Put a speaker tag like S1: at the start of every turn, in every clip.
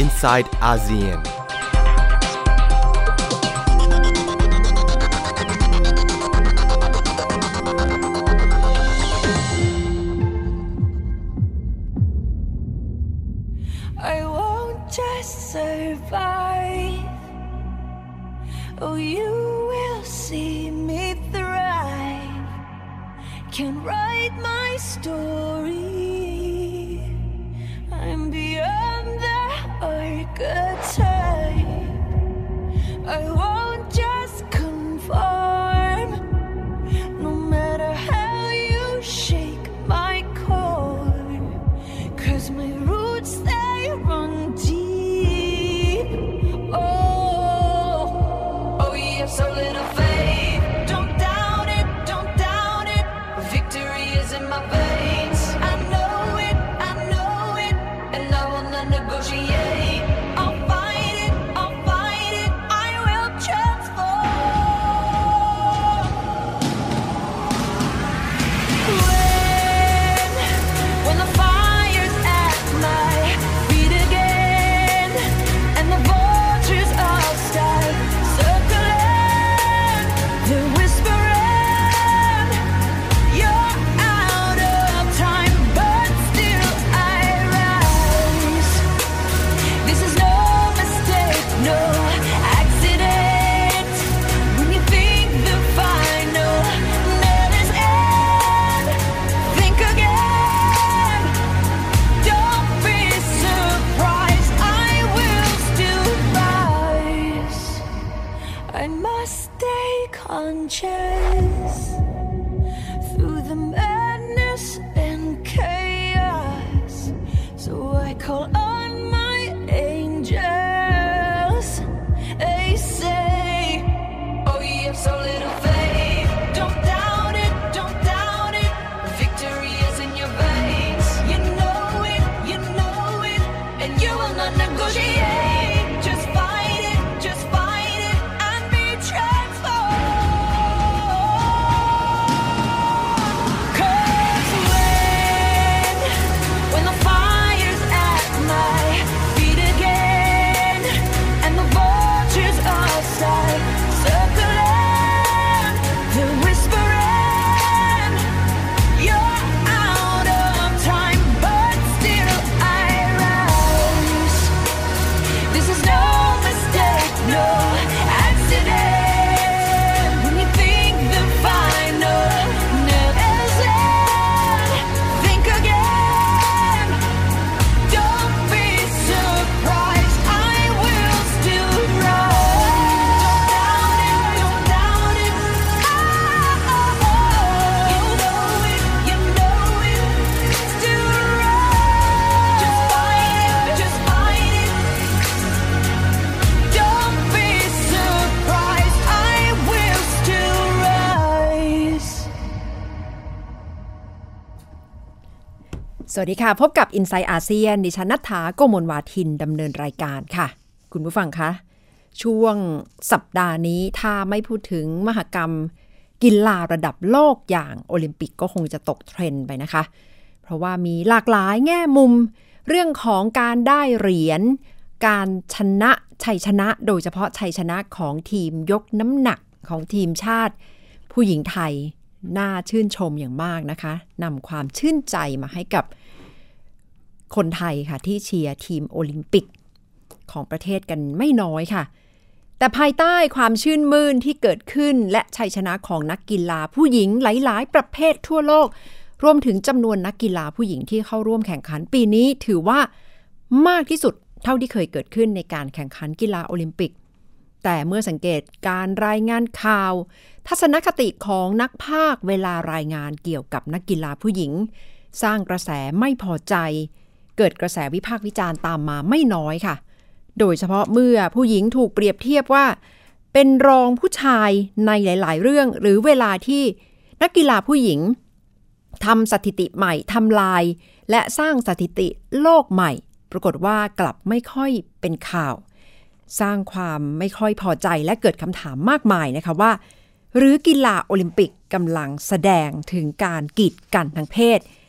S1: inside ASEAN.
S2: I won't just survive. Oh, you will see me thrive. Can write my story. I'm beyond the archetype. I won't just conform. No matter how you shake my core. 'Cause my roots they run deep. Oh, you have so little faith. Don't doubt it, don't doubt it. Victory is in my veins. I know it, and I will not negotiate. I'll fight it, I will transform. When the fire's at my feet again, and the vultures all start circling, they're whispering, you're out of time, but still I rise. This is no mistake, no accident. When you think the final nail is in, think again. Don't be surprised, I will still rise. I must stay conscious through the madness and chaos. So I call on my angels. They say, oh, you have so little faith. Don't doubt it, don't doubt it. Victory is in your veins. You know it, and you will not negotiate. Just fight it, and be transformed. 'Cause when the fire's at my feet again, and the vultures all start circling, they're whispering, you're out of time, but still I rise. This is no mistake, no accident. When you think the final nail is in, think again. Don't be surprised, I will still rise. Don't doubt it, you know it, still rise. Just fight it, don't be surprised, I will still rise.
S3: สวัสดีค่ะพบกับ Inside ASEAN ดิฉันณัฐฐา โกมลวาทินดำเนินรายการค่ะคุณผู้ฟังคะช่วงสัปดาห์นี้ถ้าไม่พูดถึงมหกรรมกีฬาระดับโลกอย่างโอลิมปิกก็คงจะตกเทรนด์ไปนะคะเพราะว่ามีหลากหลายแง่มุมเรื่องของการได้เหรียญการชัยชนะโดยเฉพาะชัยชนะของทีมยกน้ำหนักของทีมชาติผู้หญิงไทยน่าชื่นชมอย่างมากนะคะนำความชื่นใจมาให้กับคนไทยค่ะที่เชียร์ทีมโอลิมปิกของประเทศกันไม่น้อยค่ะแต่ภายใต้ความชื่นมื่นที่เกิดขึ้นและชัยชนะของนักกีฬาผู้หญิงหลายๆประเภททั่วโลกรวมถึงจำนวนนักกีฬาผู้หญิงที่เข้าร่วมแข่งขันปีนี้ถือว่ามากที่สุดเท่าที่เคยเกิดขึ้นในการแข่งขันกีฬาโอลิมปิกแต่เมื่อสังเกตการรายงานข่าวทัศนคติของนักพากย์เวลารายงานเกี่ยวกับนักกีฬาผู้หญิงสร้างกระแสไม่พอใจเกิดกระแสวิพากษ์วิจารณ์ตามมาไม่น้อยค่ะโดยเฉพาะเมื่อผู้หญิงถูกเปรียบเทียบว่าเป็นรองผู้ชายในหลายๆเรื่องหรือเวลาที่นักกีฬาผู้หญิงทำสถิติใหม่ทำลายและสร้างสถิติโลกใหม่ปรากฏว่ากลับไม่ค่อยเป็นข่าวสร้างความไม่ค่อยพอใจและเกิดคำถามมากมายนะคะว่าหรือกีฬาโอลิมปิกกำลังแสดงถึงการกีดกันทางเพศ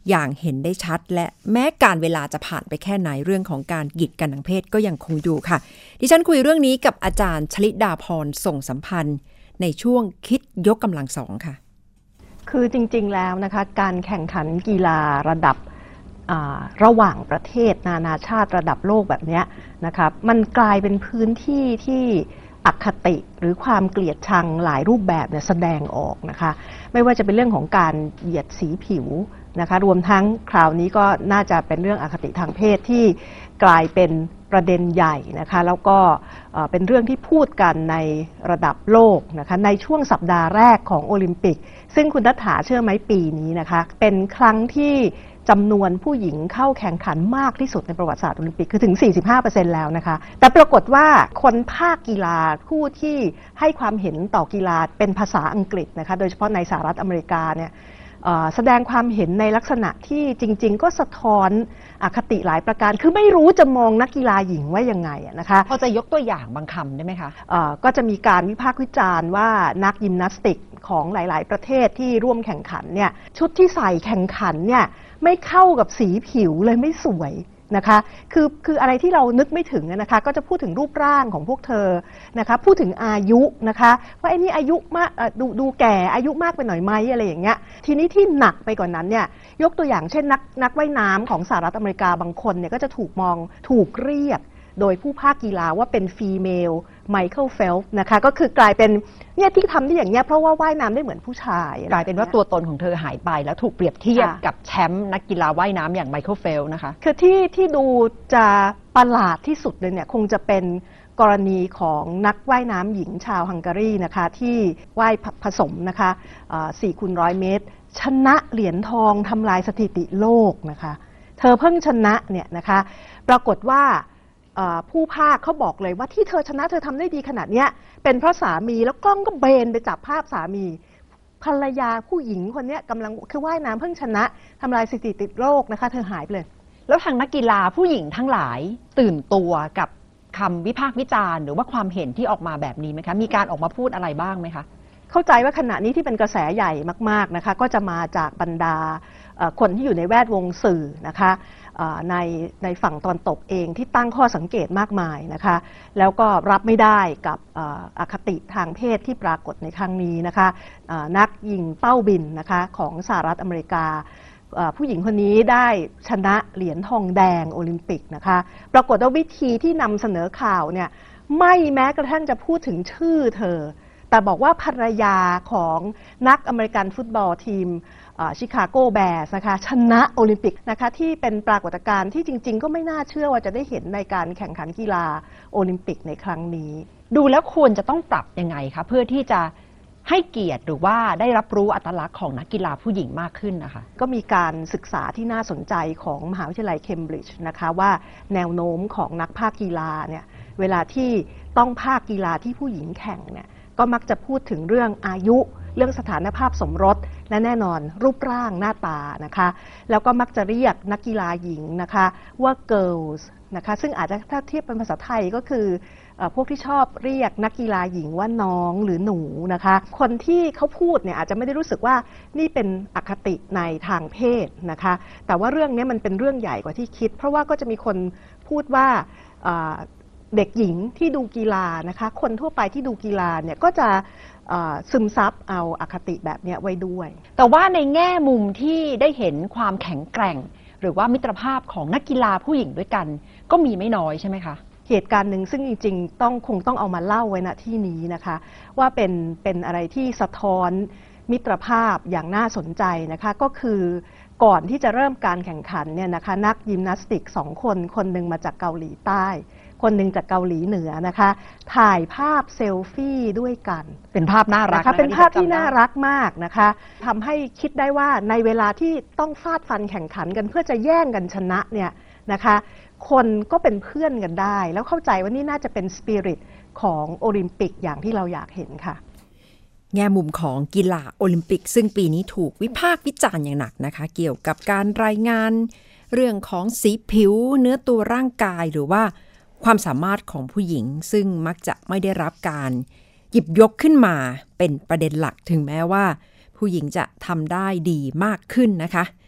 S3: อย่างเห็นได้ชัดและแม้การเวลาจะผ่านไปแค่ไหนเรื่องของการกีดกันทางเพศก็ยังคงอยู่ค่ะดิฉันคุยเรื่องนี้กับอาจารย์ชลิดาพรส่งสัมพันธ์ในช่วงคิดยกกำลังสองค่ะ
S1: คือจริงๆแล้วนะคะการแข่งขันกีฬาระดับระหว่างประเทศนานาชาติระดับโลกแบบนี้นะคะมันกลายเป็นพื้นที่ที่อคติหรือความเกลียดชังหลายรูปแบบเนี่ยแสดงออกนะคะไม่ว่าจะเป็นเรื่องของการเหยียดสีผิวนะคะรวมทั้งคราวนี้ก็น่าจะเป็นเรื่องอคติทางเพศที่กลายเป็นประเด็นใหญ่นะคะแล้วก็เป็นเรื่องที่พูดกันในระดับโลกนะคะในช่วงสัปดาห์แรกของโอลิมปิกซึ่งคุณณัฐฐาเชื่อไหมปีนี้นะคะเป็นครั้งที่จำนวนผู้หญิงเข้าแข่งขันมากที่สุดในประวัติศาสตร์โอลิมปิกคือถึง 45% แล้วนะคะแต่ปรากฏว่าคนภาคกีฬาผู้ที่ให้ความเห็นต่อกีฬาเป็นภาษาอังกฤษนะคะโดยเฉพาะในสหรัฐอเมริกาเนี่ยแสดงความเห็นในลักษณะที่จริงๆก็สะท้อนอคติหลายประการคือไม่รู้จะมองนักกีฬาหญิงว่ายังไงนะคะ
S3: พอจะยกตัวอย่างบางคำได้ไหมคะ
S1: ก็จะมีการวิพากษ์วิจารณ์ว่านักยิมนาสติกของหลายๆประเทศที่ร่วมแข่งขันเนี่ยชุดที่ใส่แข่งขันเนี่ยไม่เข้ากับสีผิวเลยไม่สวยนะคะคืออะไรที่เรานึกไม่ถึงนะคะก็จะพูดถึงรูปร่างของพวกเธอนะคะพูดถึงอายุนะคะว่าไอ้นี่อายุมากดูแก่อายุมากไปหน่อยไหมอะไรอย่างเงี้ยทีนี้ที่หนักไปกว่านั้นเนี่ยยกตัวอย่างเช่นนักว่ายน้ำของสหรัฐอเมริกาบางคนเนี่ยก็จะถูกเรียกโดยผู้ภาคกีฬาว่าเป็นฟีเมลไมเคิลเฟลป์นะคะก็คือกลายเป็นเนี่ยที่ทำได้อย่างเงี้ยเพราะว่าว่ายน้ำได้เหมือนผู้ชาย
S3: กลายเป็นว่าตัวตนของเธอหายไปแล้วถูกเปรียบเทียบกับแชมป์นักกีฬาว่ายน้ำอย่างไมเคิลเฟลป์นะคะ
S1: คือที่ดูจะประหลาดที่สุดเลยเนี่ยคงจะเป็นกรณีของนักว่ายน้ำหญิงชาวฮังการีนะคะที่ว่ายผสมนะคะ4x100 เมตรชนะเหรียญทองทำลายสถิติโลกนะคะเธอเพิ่งชนะเนี่ยนะคะปรากฏว่าผู้ภาคเขาบอกเลยว่าที่เธอชนะเธอทำได้ดีขนาดนี้เป็นเพราะสามีแล้วกล้องก็เบนไปจับภาพสามีภรรยาผู้หญิงคนนี้กำลังคือว่ายน้ำเพิ่งชนะทำลายสถิติโลกนะคะเธอหายไปเลย
S3: แล้วทางนักกีฬาผู้หญิงทั้งหลายตื่นตัวกับคำวิพากษ์วิจารณ์หรือว่าความเห็นที่ออกมาแบบนี้ไหมคะมีการออกมาพูดอะไรบ้างไหมคะ
S1: เข้าใจว่าขณะนี้ที่เป็นกระแสใหญ่มากๆนะคะก็จะมาจากบรรดาคนที่อยู่ในแวดวงสื่อนะคะในฝั่งตอนตกเองที่ตั้งข้อสังเกตมากมายนะคะแล้วก็รับไม่ได้กับอคติทางเพศที่ปรากฏในครั้งนี้นะคะนักยิงเป้าบินนะคะของสหรัฐอเมริกาผู้หญิงคนนี้ได้ชนะเหรียญทองแดงโอลิมปิกนะคะปรากฏว่าวิธีที่นำเสนอข่าวเนี่ยไม่แม้กระทั่งจะพูดถึงชื่อเธอแต่บอกว่าภรรยาของนักอเมริกันฟุตบอลทีมชิคาโกแบร์สนะคะชนะโอลิมปิกนะคะที่เป็นปรากฏการณ์ที่จริงๆก็ไม่น่าเชื่อว่าจะได้เห็นในการแข่งขันกีฬาโอลิมปิกในครั้งนี้
S3: ดูแล้วควรจะต้องปรับยังไงคะเพื่อที่จะให้เกียรติหรือว่าได้รับรู้อัตลักษณ์ของนักกีฬาผู้หญิงมากขึ้นนะคะ
S1: ก็มีการศึกษาที่น่าสนใจของมหาวิทยาลัยเคมบริดจ์นะคะว่าแนวโน้มของนักภาคกีฬาเนี่ยเวลาที่ต้องภาคกีฬาที่ผู้หญิงแข่งเนี่ยก็มักจะพูดถึงเรื่องอายุเรื่องสถานภาพสมรสและแน่นอนรูปร่างหน้าตานะคะแล้วก็มักจะเรียกนักกีฬาหญิงนะคะว่า girls นะคะซึ่งอาจจะถ้าเทียบเป็นภาษาไทยก็คือพวกที่ชอบเรียกนักกีฬาหญิงว่าน้องหรือหนูนะคะคนที่เขาพูดเนี่ยอาจจะไม่ได้รู้สึกว่านี่เป็นอคติในทางเพศนะคะแต่ว่าเรื่องนี้มันเป็นเรื่องใหญ่กว่าที่คิดเพราะว่าก็จะมีคนพูดว่าเด็กหญิงที่ดูกีฬานะคะคนทั่วไปที่ดูกีฬาเนี่ยก็จะซึมซับเอาอคติแบบนี้ไว้ด้วย
S3: แต่ว่าในแง่มุมที่ได้เห็นความแข็งแกร่งหรือว่ามิตรภาพของนักกีฬาผู้หญิงด้วยกันก็มีไม่น้อยใช่ไหมคะ
S1: เหตุการณ์หนึ่งซึ่งจริงๆคงต้องเอามาเล่าไว้ณที่นี้นะคะว่าเป็นอะไรที่สะท้อนมิตรภาพอย่างน่าสนใจนะคะก็คือก่อนที่จะเริ่มการแข่งขันเนี่ยนะคะนักยิมนาสติก2 คนหนึ่งมาจากเกาหลีใต้คนหนึ่งจากเกาหลีเหนือนะคะถ่ายภาพเซลฟี่ด้วยกัน
S3: เป็นภาพน่ารัก
S1: นะคะเป็นภาพที่น่ารักมากนะคะทำให้คิดได้ว่าในเวลาที่ต้องฟาดฟันแข่งขันกันเพื่อจะแย่งกันชนะเนี่ยนะคะคนก็เป็นเพื่อนกันได้แล้วเข้าใจว่านี่น่าจะเป็นสปิริตของโอลิมปิกอย่างที่เราอยากเห็นค่ะ
S3: แง่มุมของกีฬาโอลิมปิกซึ่งปีนี้ถูกวิพากษ์วิจารณ์อย่างหนักนะคะเกี่ยวกับการรายงานเรื่องของสีผิวเนื้อตัวร่างกายหรือว่าความสามารถของผู้หญิงซึ่งมักจะไม่ได้รับการหยิบยกขึ้นมาเป็นประเด็นหลักถึงแม้ว่าผู้หญิงจะทำได้ดีมากขึ้นนะคะ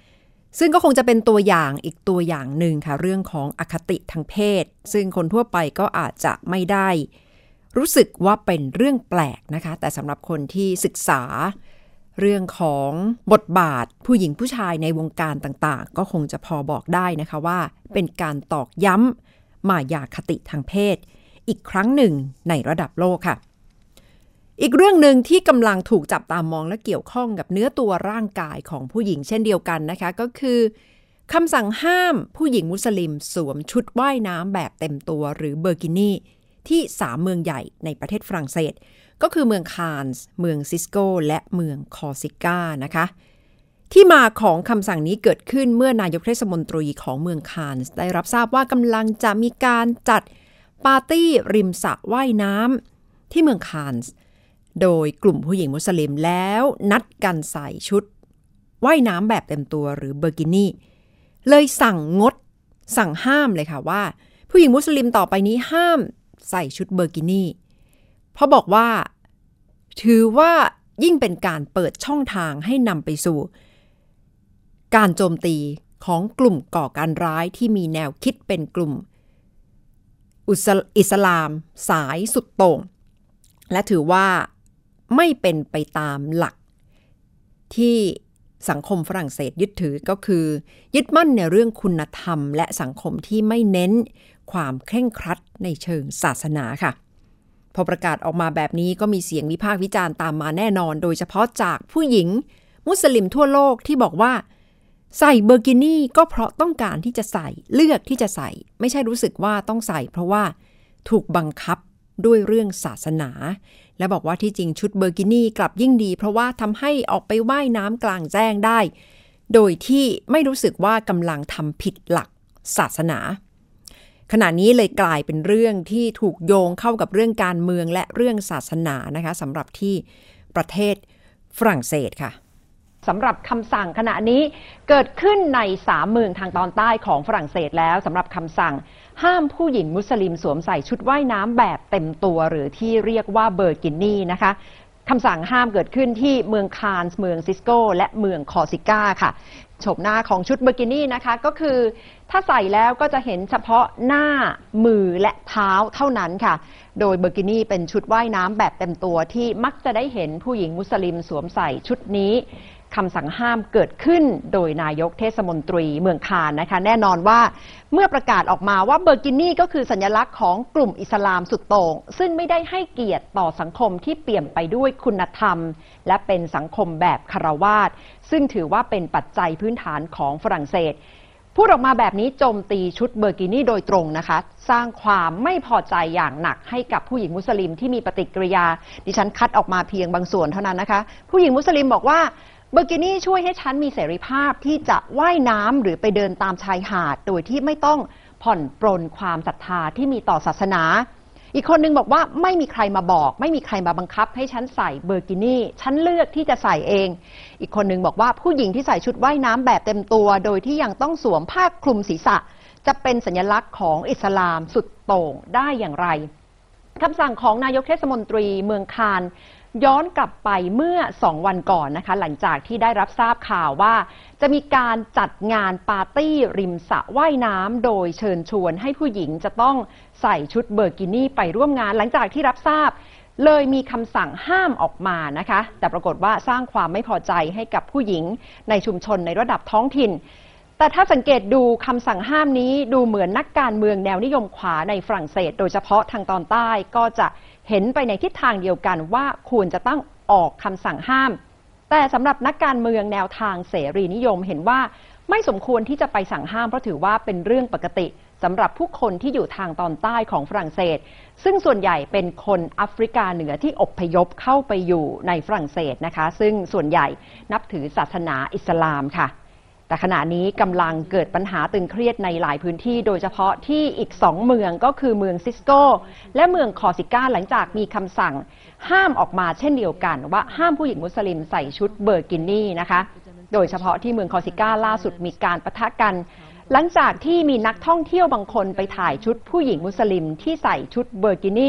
S3: ซึ่งก็คงจะเป็นตัวอย่างอีกตัวอย่างหนึ่งค่ะเรื่องของอคติทางเพศซึ่งคนทั่วไปก็อาจจะไม่ได้รู้สึกว่าเป็นเรื่องแปลกนะคะแต่สำหรับคนที่ศึกษาเรื่องของบทบาทผู้หญิงผู้ชายในวงการต่างๆก็คงจะพอบอกได้นะคะว่าเป็นการตอกย้ำมายาคติทางเพศอีกครั้งหนึ่งในระดับโลกค่ะอีกเรื่องหนึ่งที่กำลังถูกจับตามองและเกี่ยวข้องกับเนื้อตัวร่างกายของผู้หญิงเช่นเดียวกันนะคะก็คือคำสั่งห้ามผู้หญิงมุสลิมสวมชุดว่ายน้ำแบบเต็มตัวหรือเบอร์กินี่ที่3เมืองใหญ่ในประเทศฝรั่งเศสก็คือเมืองคานส์เมืองซิสโกและเมืองคอร์ซิก้านะคะที่มาของคำสั่งนี้เกิดขึ้นเมื่อนายกเทศมนตรีของเมืองคานส์ได้รับทราบว่ากำลังจะมีการจัดปาร์ตี้ริมสระว่ายน้ำที่เมืองคานส์โดยกลุ่มผู้หญิงมุสลิมแล้วนัดกันใส่ชุดว่ายน้ำแบบเต็มตัวหรือเบอร์กินี่เลยสั่งห้ามเลยค่ะว่าผู้หญิงมุสลิมต่อไปนี้ห้ามใส่ชุดเบอร์กินี่เพราะบอกว่าถือว่ายิ่งเป็นการเปิดช่องทางให้นำไปสู่การโจมตีของกลุ่มก่อการร้ายที่มีแนวคิดเป็นกลุ่มอิสลามสายสุดโต่งและถือว่าไม่เป็นไปตามหลักที่สังคมฝรั่งเศสยึดถือก็คือยึดมั่นในเรื่องคุณธรรมและสังคมที่ไม่เน้นความเคร่งครัดในเชิงศาสนาค่ะพอประกาศออกมาแบบนี้ก็มีเสียงวิพากษ์วิจารณ์ตามมาแน่นอนโดยเฉพาะจากผู้หญิงมุสลิมทั่วโลกที่บอกว่าใส่เบอร์กินี่ก็เพราะต้องการที่จะใส่เลือกที่จะใส่ไม่ใช่รู้สึกว่าต้องใส่เพราะว่าถูกบังคับด้วยเรื่องศาสนาและบอกว่าที่จริงชุดเบอร์กินี่กลับยิ่งดีเพราะว่าทำให้ออกไปว่ายน้ำกลางแจ้งได้โดยที่ไม่รู้สึกว่ากำลังทำผิดหลักศาสนาขณะนี้เลยกลายเป็นเรื่องที่ถูกโยงเข้ากับเรื่องการเมืองและเรื่องศาสนานะคะสำหรับที่ประเทศฝรั่งเศสค่ะสำหรับคำสั่งขณะนี้เกิดขึ้นใน3เมืองทางตอนใต้ของฝรั่งเศสแล้วสำหรับคำสั่งห้ามผู้หญิงมุสลิมสวมใส่ชุดว่ายน้ำแบบเต็มตัวหรือที่เรียกว่าเบอร์กินี่นะคะคำสั่งห้ามเกิดขึ้นที่เมืองคานส์เมืองซิสโกและเมืองคอร์ซิก้าค่ะโฉมหน้าของชุดเบอร์กินี่นะคะก็คือถ้าใส่แล้วก็จะเห็นเฉพาะหน้ามือและเท้าเท่านั้นค่ะโดยเบอร์กินี่เป็นชุดว่ายน้ำแบบเต็มตัวที่มักจะได้เห็นผู้หญิงมุสลิมสวมใส่ชุดนี้คำสั่งห้ามเกิดขึ้นโดยนายกเทศมนตรีเมืองคานนะคะแน่นอนว่าเมื่อประกาศออกมาว่าเบอร์กินี่ก็คือสัญลักษณ์ของกลุ่มอิสลามสุดโต่งซึ่งไม่ได้ให้เกียรติต่อสังคมที่เปี่ยมไปด้วยคุณธรรมและเป็นสังคมแบบคฤหัสถ์ซึ่งถือว่าเป็นปัจจัยพื้นฐานของฝรั่งเศสพูดออกมาแบบนี้โจมตีชุดเบอร์กินี่โดยตรงนะคะสร้างความไม่พอใจอย่างหนักให้กับผู้หญิงมุสลิมที่มีปฏิกิริยาดิฉันคัดออกมาเพียงบางส่วนเท่านั้นนะคะผู้หญิงมุสลิมบอกว่าเบอร์กินี่ช่วยให้ฉันมีเสรีภาพที่จะว่ายน้ำหรือไปเดินตามชายหาดโดยที่ไม่ต้องผ่อนปรนความศรัทธาที่มีต่อศาสนาอีกคนนึงบอกว่าไม่มีใครมาบอกไม่มีใครมาบังคับให้ฉันใส่เบอร์กินี่ฉันเลือกที่จะใส่เองอีกคนนึงบอกว่าผู้หญิงที่ใส่ชุดว่ายน้ำแบบเต็มตัวโดยที่ยังต้องสวมผ้าคลุมศีรษะจะเป็นสัญลักษณ์ของอิสลามสุดโต่งได้อย่างไรคำสั่งของนายกเทศมนตรีเมืองคานย้อนกลับไปเมื่อ2 วันก่อนนะคะหลังจากที่ได้รับทราบข่าวว่าจะมีการจัดงานปาร์ตี้ริมสระว่ายน้ำโดยเชิญชวนให้ผู้หญิงจะต้องใส่ชุดเบอร์กินี่ไปร่วมงานหลังจากที่รับทราบเลยมีคำสั่งห้ามออกมานะคะแต่ปรากฏว่าสร้างความไม่พอใจให้กับผู้หญิงในชุมชนในระดับท้องถิ่นแต่ถ้าสังเกตดูคำสั่งห้ามนี้ดูเหมือนนักการเมืองแนวนิยมขวาในฝรั่งเศสโดยเฉพาะทางตอนใต้ก็จะเห็นไปในทิศทางเดียวกันว่าควรจะต้องออกคำสั่งห้ามแต่สำหรับนักการเมืองแนวทางเสรีนิยมเห็นว่าไม่สมควรที่จะไปสั่งห้ามเพราะถือว่าเป็นเรื่องปกติสำหรับผู้คนที่อยู่ทางตอนใต้ของฝรั่งเศสซึ่งส่วนใหญ่เป็นคนแอฟริกาเหนือที่อพยพเข้าไปอยู่ในฝรั่งเศสนะคะซึ่งส่วนใหญ่นับถือศาสนาอิสลามค่ะแต่ขณะนี้กำลังเกิดปัญหาตึงเครียดในหลายพื้นที่โดยเฉพาะที่อีก2เมืองก็คือเมืองซิสโกและเมืองคอร์ซิก้าหลังจากมีคำสั่งห้ามออกมาเช่นเดียวกันว่าห้ามผู้หญิงมุสลิมใส่ชุดเบอร์กินี่นะคะโดยเฉพาะที่เมืองคอร์ซิก้าล่าสุดมีการปะทะกันหลังจากที่มีนักท่องเที่ยวบางคนไปถ่ายชุดผู้หญิงมุสลิมที่ใส่ชุดเบอร์กินี่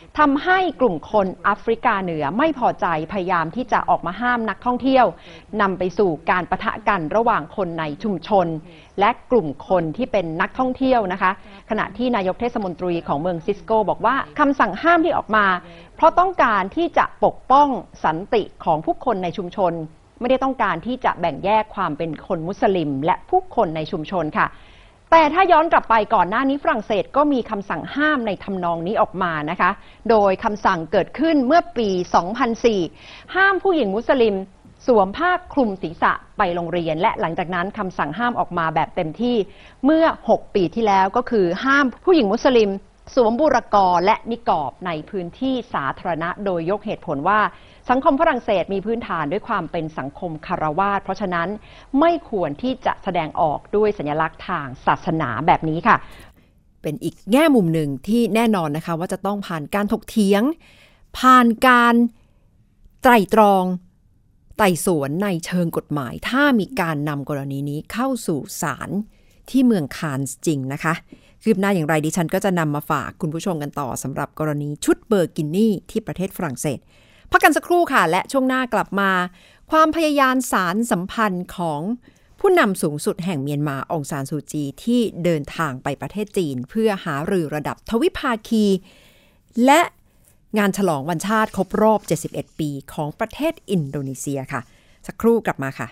S4: ทำให้กลุ่มคนแอฟริกาเหนือไม่พอใจพยายามที่จะออกมาห้ามนักท่องเที่ยวนำไปสู่การปะทะกันระหว่างคนในชุมชนและกลุ่มคนที่เป็นนักท่องเที่ยวนะคะขณะที่นายกเทศมนตรีของเมืองซิสโกบอกว่าคำสั่งห้ามที่ออกมาเพราะต้องการที่จะปกป้องสันติของผู้คนในชุมชนไม่ได้ต้องการที่จะแบ่งแยกความเป็นคนมุสลิมและผู้คนในชุมชนค่ะแต่ถ้าย้อนกลับไปก่อนหน้านี้ฝรั่งเศสก็มีคำสั่งห้ามในทำนองนี้ออกมานะคะโดยคำสั่งเกิดขึ้นเมื่อปี 2004 ห้ามผู้หญิงมุสลิมสวมผ้าคลุมศีรษะไปโรงเรียนและหลังจากนั้นคำสั่งห้ามออกมาแบบเต็มที่เมื่อ 6 ปีที่แล้วก็คือห้ามผู้หญิงมุสลิมสวมบุรกอและนิกอบในพื้นที่สาธารณะโดยยกเหตุผลว่าสังคมฝรั่งเศสมีพื้นฐานด้วยความเป็นสังคมคารวาสเพราะฉะนั้นไม่ควรที่จะแสดงออกด้วยสัญลักษณ์ทางศาสนาแบบนี้ค่ะ
S3: เป็นอีกแง่มุมหนึ่งที่แน่นอนนะคะว่าจะต้องผ่านการถกเถียงผ่านการไตร่ตรองไต่สวนในเชิงกฎหมายถ้ามีการนำกรณีนี้เข้าสู่ศาลที่เมืองคานส์จริงนะคะคืบหน้าอย่างไรดิฉันก็จะนำมาฝากคุณผู้ชมกันต่อสำหรับกรณีชุดเบอร์กินี่ที่ประเทศฝรั่งเศสพักกันสักครู่ค่ะและช่วงหน้ากลับมาความพยายามสารสัมพันธ์ของผู้นำสูงสุดแห่งเมียนมาองซานซูจีที่เดินทางไปประเทศจีนเพื่อหารือระดับทวิภาคีและงานฉลองวันชาติครบรอบ71ปีของประเทศอินโดนีเซียค่ะสักครู่กลับมาค่ะ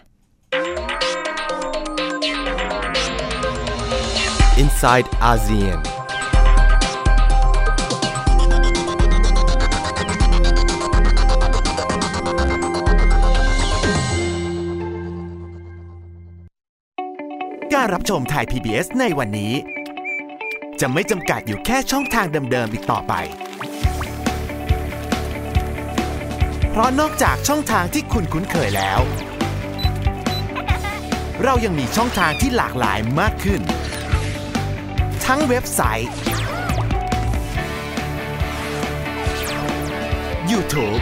S5: Inside ASEAN
S6: การรับชมไทย PBS ในวันนี้จะไม่จำกัดอยู่แค่ช่องทางเดิมๆอีกต่อไปเพราะนอกจากช่องทางที่คุณคุ้นเคยแล้วเรายังมีช่องทางที่หลากหลายมากขึ้นทั้งเว็บไซต์ YouTube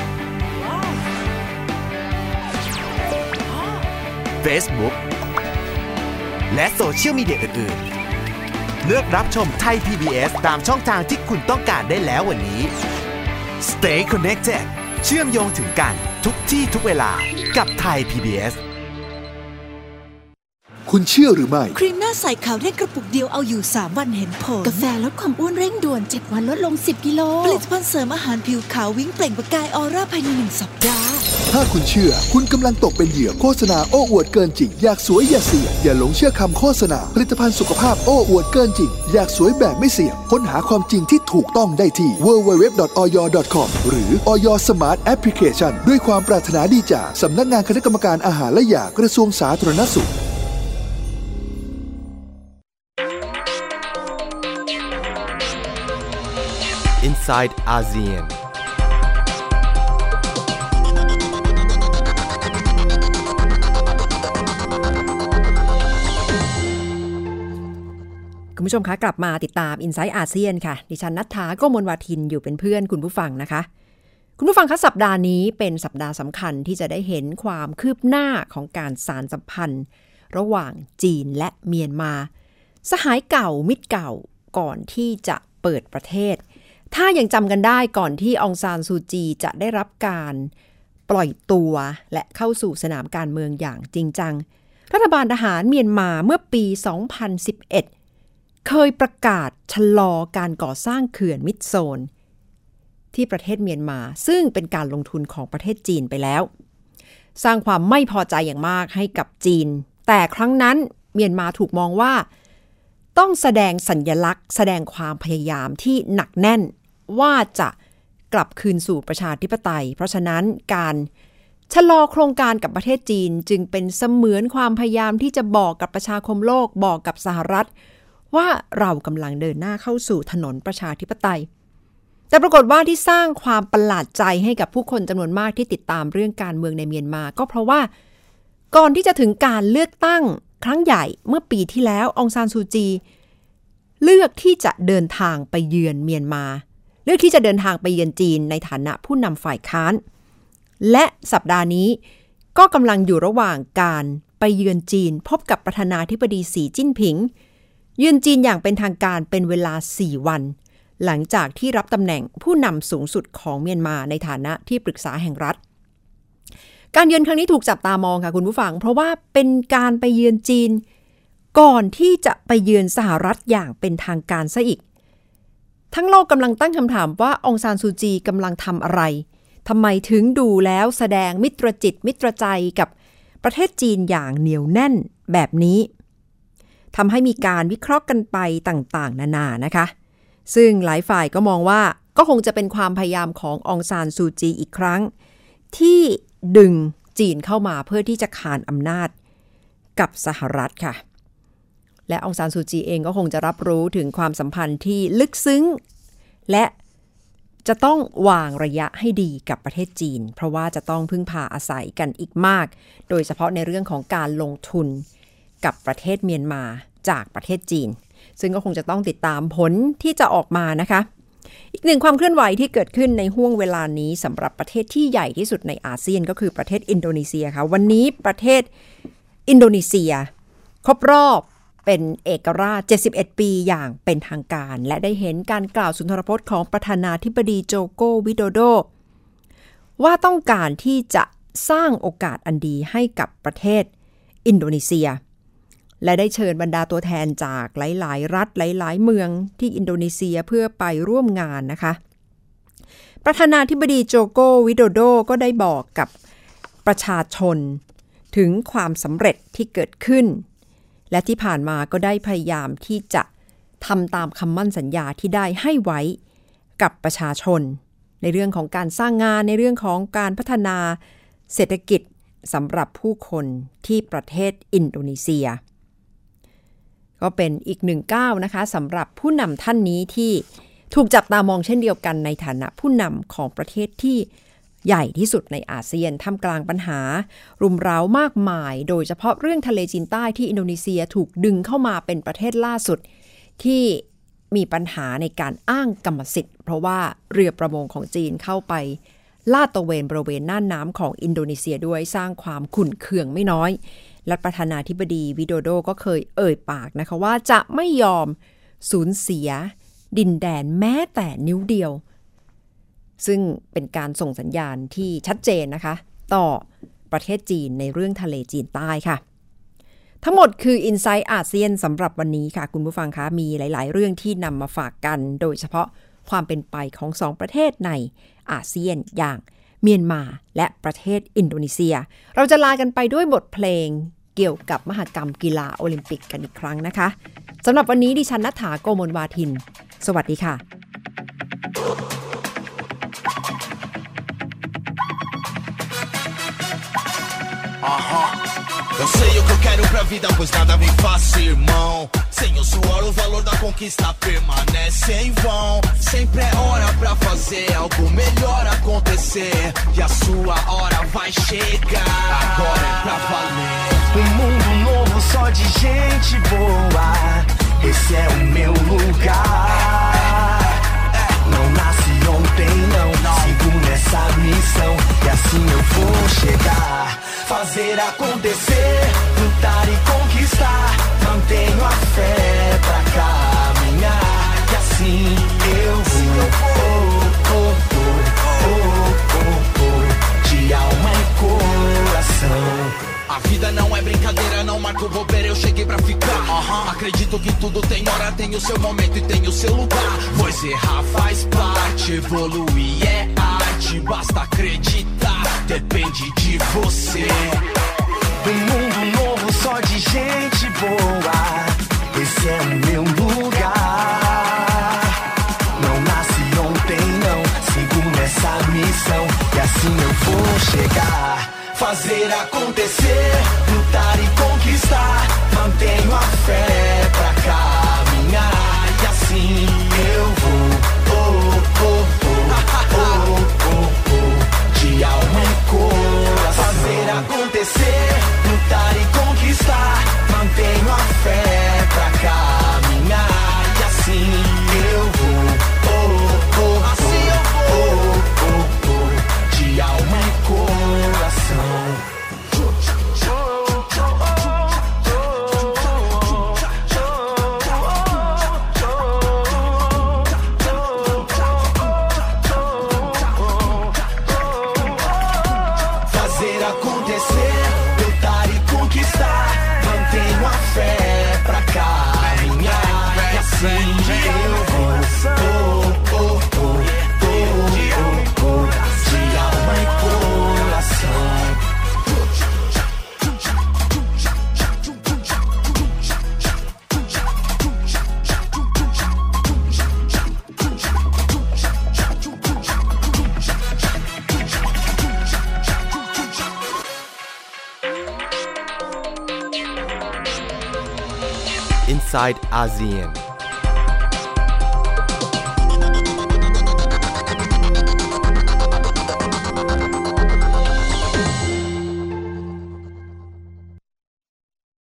S6: Facebook และโซเชียลมีเดียอื่นๆเลือกรับชมไทย PBS ตามช่องทางที่คุณต้องการได้แล้ววันนี้ Stay connected เชื่อมโยงถึงกันทุกที่ทุกเวลากับไทย PBS
S7: คุณเชื่อหรือไม่
S8: ครีมหน้าใสขาวเร่งกระปุกเดียวเอาอยู่3วันเห็นผลกาแฟลดความอ้วนเร่งด่วน7วันลดลง10กิโลผลิตภัณฑ์เสริมอาหารผิวขาววิ่งเปล่งประกายออร่าภายใน1สัปดาห์
S7: ถ้าคุณเชื่อคุณกำลังตกเป็นเหยื่อโฆษณาโอ้อวดเกินจริงอยากสวยอย่าเสี่ยงอย่าหลงเชื่อคำโฆษณาผลิตภัณฑ์สุขภาพโอ้อวดเกินจริงอยากสวยแบบไม่เสี่ยงค้นหาความจริงที่ถูกต้องได้ที่ www.oyo.com หรือ Oyo Smart Application ด้วยความปรารถนาดีจากสำนักงานคณะกรรมการอาหารและยากระทรวงสาธารณสุข
S5: Inside ASEAN
S3: คุณผู้ชมคะกลับมาติดตาม Inside ASEAN ค่ะดิฉันณัฐฐา โกมลวาทินอยู่เป็นเพื่อนคุณผู้ฟังนะคะคุณผู้ฟังคะสัปดาห์นี้เป็นสัปดาห์สำคัญที่จะได้เห็นความคืบหน้าของการสานสัมพันธ์ระหว่างจีนและเมียนมาสหายเก่ามิตรเก่าก่อนที่จะเปิดประเทศถ้ายังจำกันได้ก่อนที่องซานซูจีจะได้รับการปล่อยตัวและเข้าสู่สนามการเมืองอย่างจริงจังรัฐบาลทหารเมียนมาเมื่อปี 2011 เคยประกาศชะลอการก่อสร้างเขื่อนมิดโซนที่ประเทศเมียนมาซึ่งเป็นการลงทุนของประเทศจีนไปแล้วสร้างความไม่พอใจอย่างมากให้กับจีนแต่ครั้งนั้นเมียนมาถูกมองว่าต้องแสดงสัญลักษณ์แสดงความพยายามที่หนักแน่นว่าจะกลับคืนสู่ประชาธิปไตยเพราะฉะนั้นการชะลอโครงการกับประเทศจีนจึงเป็นเสมือนความพยายามที่จะบอกกับประชาคมโลกบอกกับสหรัฐว่าเรากำลังเดินหน้าเข้าสู่ถนนประชาธิปไตยแต่ปรากฏว่าที่สร้างความประหลาดใจให้กับผู้คนจำนวนมากที่ติดตามเรื่องการเมืองในเมียนมาก็เพราะว่าก่อนที่จะถึงการเลือกตั้งครั้งใหญ่เมื่อปีที่แล้วองซานซูจีเลือกที่จะเดินทางไปเยือนเมียนมาเลือกที่จะเดินทางไปเยือนจีนในฐานะผู้นำฝ่ายค้านและสัปดาห์นี้ก็กำลังอยู่ระหว่างการไปเยือนจีนพบกับประธานาธิบดีสีจิ้นผิงเยือนจีนอย่างเป็นทางการเป็นเวลา4วันหลังจากที่รับตำแหน่งผู้นำสูงสุดของเมียนมาในฐานะที่ปรึกษาแห่งรัฐการเยือนครั้งนี้ถูกจับตามองค่ะคุณผู้ฟังเพราะว่าเป็นการไปเยือนจีนก่อนที่จะไปเยือนสหรัฐอย่างเป็นทางการซะอีกทั้งโลกกำลังตั้งคำถามว่าองซานซูจีกำลังทำอะไรทำไมถึงดูแล้วแสดงมิตรจิตมิตรใจกับประเทศจีนอย่างเหนียวแน่นแบบนี้ทำให้มีการวิเคราะห์กันไปต่างๆนานานะคะซึ่งหลายฝ่ายก็มองว่าก็คงจะเป็นความพยายามขององซานซูจีอีกครั้งที่ดึงจีนเข้ามาเพื่อที่จะขานอำนาจกับสหรัฐค่ะและองซานซูจีเองก็คงจะรับรู้ถึงความสัมพันธ์ที่ลึกซึ้งและจะต้องวางระยะให้ดีกับประเทศจีนเพราะว่าจะต้องพึ่งพาอาศัยกันอีกมากโดยเฉพาะในเรื่องของการลงทุนกับประเทศเมียนมาจากประเทศจีนซึ่งก็คงจะต้องติดตามผลที่จะออกมานะคะอีกหนึ่งความเคลื่อนไหวที่เกิดขึ้นในห่วงเวลานี้สำหรับประเทศที่ใหญ่ที่สุดในอาเซียนก็คือประเทศอินโดนีเซียค่ะวันนี้ประเทศอินโดนีเซียครบรอบเป็นเอกราช71ปีอย่างเป็นทางการและได้เห็นการกล่าวสุนทรพจน์ของประธานาธิบดีโจโกวิโดโดว่าต้องการที่จะสร้างโอกาสอันดีให้กับประเทศอินโดนีเซียและได้เชิญบรรดาตัวแทนจากหลายๆรัฐหลายๆเมืองที่อินโดนีเซียเพื่อไปร่วมงานนะคะประธานาธิบดีโจโกวิโดโดก็ได้บอกกับประชาชนถึงความสำเร็จที่เกิดขึ้นและที่ผ่านมาก็ได้พยายามที่จะทำตามคำมั่นสัญญาที่ได้ให้ไว้กับประชาชนในเรื่องของการสร้างงานในเรื่องของการพัฒนาเศรษฐกิจสำหรับผู้คนที่ประเทศอินโดนีเซียก็เป็นอีกหนึ่งก้าวนะคะสำหรับผู้นำท่านนี้ที่ถูกจับตามองเช่นเดียวกันในฐานะผู้นำของประเทศที่ใหญ่ที่สุดในอาเซียนท่ามกลางปัญหารุมเร้ามากมายโดยเฉพาะเรื่องทะเลจีนใต้ที่อินโดนีเซียถูกดึงเข้ามาเป็นประเทศล่าสุดที่มีปัญหาในการอ้างกรรมสิทธิ์เพราะว่าเรือประมงของจีนเข้าไปลาดตระเวนบริเวณน่านน้ำของอินโดนีเซียด้วยสร้างความขุ่นเคืองไม่น้อยและประธานาธิบดีวิโดโดก็เคยเอ่ยปากนะคะว่าจะไม่ยอมสูญเสียดินแดนแม้แต่นิ้วเดียวซึ่งเป็นการส่งสัญญาณที่ชัดเจนนะคะต่อประเทศจีนในเรื่องทะเลจีนใต้ค่ะทั้งหมดคือ Inside อาเซียนสำหรับวันนี้ค่ะคุณผู้ฟังคะมีหลายๆเรื่องที่นำมาฝากกันโดยเฉพาะความเป็นไปของสองประเทศในอาเซียนอย่างเมียนมาและประเทศอินโดนีเซียเราจะลากันไปด้วยบทเพลงเกี่ยวกับมหกรรมกีฬาโอลิมปิกกันอีกครั้งนะคะสำหรับวันนี้ดิฉันณัฐฐา โกมลวาทินสวัสดีค่ะ
S9: Eu sei o que eu quero pra vida, pois nada vem fácil, irmão. Sem o suor, o valor da conquista permanece em vão. Sempre é hora pra fazer algo melhor acontecer. E a sua hora vai chegar. Agora é pra valer.
S10: Um mundo novo só de gente boa. Esse é o meu lugar. Não nasce ontem, não. Sigo nessa missão. E assim eu vou chegar. Fazer acontecer, lutar e conquistar. Mantenho a fé pra caminhar. E assim eu vou, de alma e coração.
S9: A vida não é brincadeira, não marco bobeira, eu cheguei pra ficar. Acredito que tudo tem hora, tem o seu momento e tem o seu lugar. Pois errar faz parte, evoluir é arte. Basta acreditar, depende de você.
S10: Um mundo novo só de gente boa. Esse é o meu lugar. Não nasce ontem, não. Sigo nessa missão e assim eu vou chegar. Fazer acontecer, lutar e conquistar. Mantenho a fé pra caminhar e assim eu vou, de alma e coração. Fazer acontecer, lutar e conquistar. Mantenho a fé pra caminhar e assim eu vou, de alma e coração.
S5: inside ASEAN.